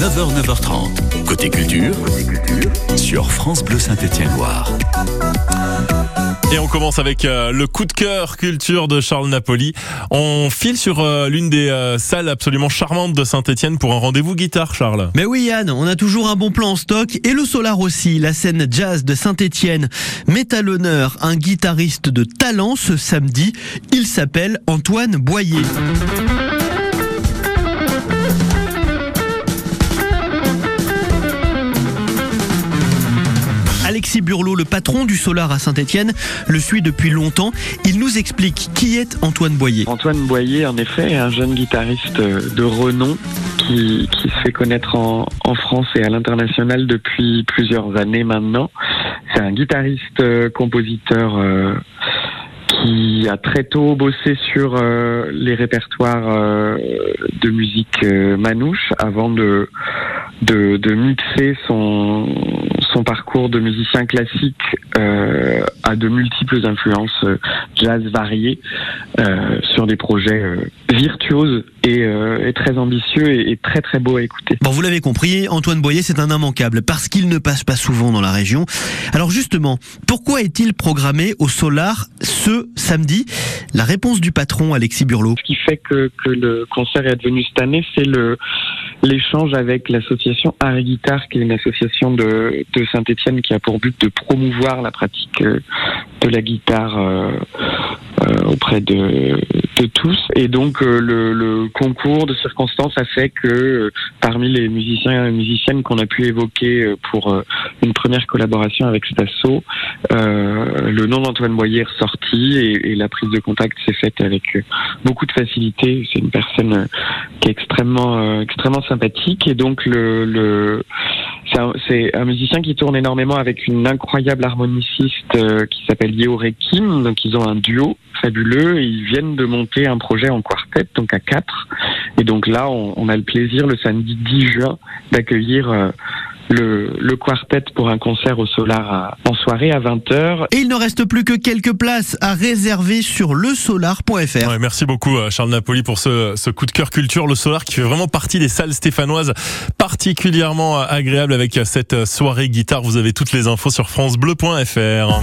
9h, 9h30. Côté culture, sur France Bleu Saint-Étienne-Loire. Et on commence avec le coup de cœur culture de Charles Napoli. On file sur l'une des salles absolument charmantes de Saint-Étienne pour un rendez-vous guitare, Charles. Mais oui Yann, on a toujours un bon plan en stock et le Solar aussi. La scène jazz de Saint-Étienne met à l'honneur un guitariste de talent ce samedi. Il s'appelle Antoine Boyer. Alexis Burlot, le patron du Solar à Saint-Étienne, le suit depuis longtemps. Il nous explique qui est Antoine Boyer. Antoine Boyer, en effet, est un jeune guitariste de renom qui se fait connaître en France et à l'international depuis plusieurs années maintenant. C'est un guitariste compositeur qui a très tôt bossé sur les répertoires de musique manouche avant de mixer son parcours de musicien classique à de multiples influences jazz variées sur des projets virtuoses et très ambitieux et très très beaux à écouter. Bon, vous l'avez compris, Antoine Boyer, c'est un immanquable parce qu'il ne passe pas souvent dans la région. Alors justement, pourquoi est-il programmé au Solar ce samedi? La réponse du patron Alexis Burlot. Ce qui fait que le concert est advenu cette année, c'est l'échange avec l'association Art et Guitare, qui est une association de Saint-Étienne qui a pour but de promouvoir la pratique de la guitare auprès de tous. Et donc le concours de circonstances a fait que parmi les musiciens et musiciennes qu'on a pu évoquer pour une première collaboration avec cet asso, le nom d'Antoine Boyer est ressorti et la prise de contact s'est faite avec beaucoup de facilité. C'est une personne qui est extrêmement sympathique et donc c'est un musicien qui tourne énormément avec une incroyable harmoniciste qui s'appelle Yeore Kim. Donc ils ont un duo fabuleux et ils viennent de monter un projet en quartet, donc à 4. Et donc là, on a le plaisir le samedi 10 juin d'accueillir le quartet pour un concert au Solar en soirée à 20h. Et il ne reste plus que quelques places à réserver sur lesolar.fr. Ouais, merci beaucoup Charles Napoli pour ce coup de cœur culture. Le Solar qui fait vraiment partie des salles stéphanoises particulièrement agréables avec cette soirée guitare. Vous avez toutes les infos sur francebleu.fr.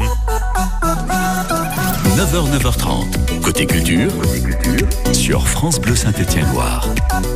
9h, 9h30. Côté culture, sur France Bleu Saint-Étienne-Loire.